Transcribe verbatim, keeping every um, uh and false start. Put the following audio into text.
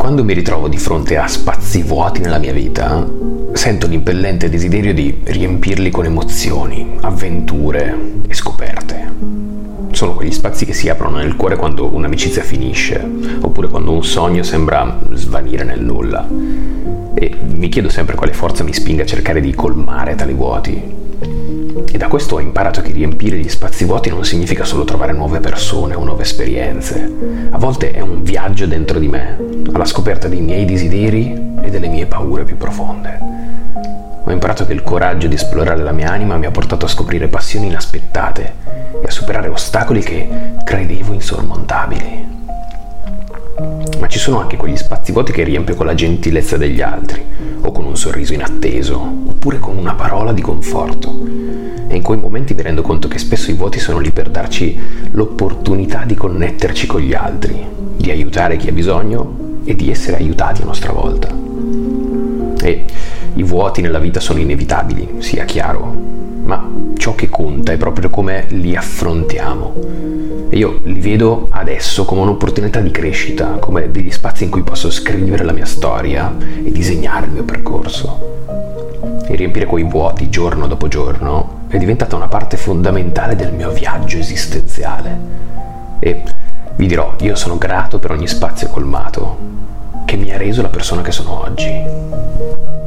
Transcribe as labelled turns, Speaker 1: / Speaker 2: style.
Speaker 1: Quando mi ritrovo di fronte a spazi vuoti nella mia vita, sento l'impellente desiderio di riempirli con emozioni, avventure e scoperte. Sono quegli spazi che si aprono nel cuore quando un'amicizia finisce, oppure quando un sogno sembra svanire nel nulla. E mi chiedo sempre quale forza mi spinga a cercare di colmare tali vuoti. E da questo ho imparato che riempire gli spazi vuoti non significa solo trovare nuove persone o nuove esperienze. A volte è un viaggio dentro di me, alla scoperta dei miei desideri e delle mie paure più profonde. Ho imparato che il coraggio di esplorare la mia anima mi ha portato a scoprire passioni inaspettate e a superare ostacoli che credevo insormontabili. Ma ci sono anche quegli spazi vuoti che riempio con la gentilezza degli altri, o con un sorriso inatteso, oppure con una parola di conforto. E in quei momenti mi rendo conto che spesso i vuoti sono lì per darci l'opportunità di connetterci con gli altri, di aiutare chi ha bisogno e di essere aiutati a nostra volta. E i vuoti nella vita sono inevitabili, sia chiaro, ma ciò che conta è proprio come li affrontiamo. E io li vedo adesso come un'opportunità di crescita, come degli spazi in cui posso scrivere la mia storia e disegnare il mio percorso. E riempire quei vuoti giorno dopo giorno è diventata una parte fondamentale del mio viaggio esistenziale. E vi dirò, io sono grato per ogni spazio colmato che mi ha reso la persona che sono oggi.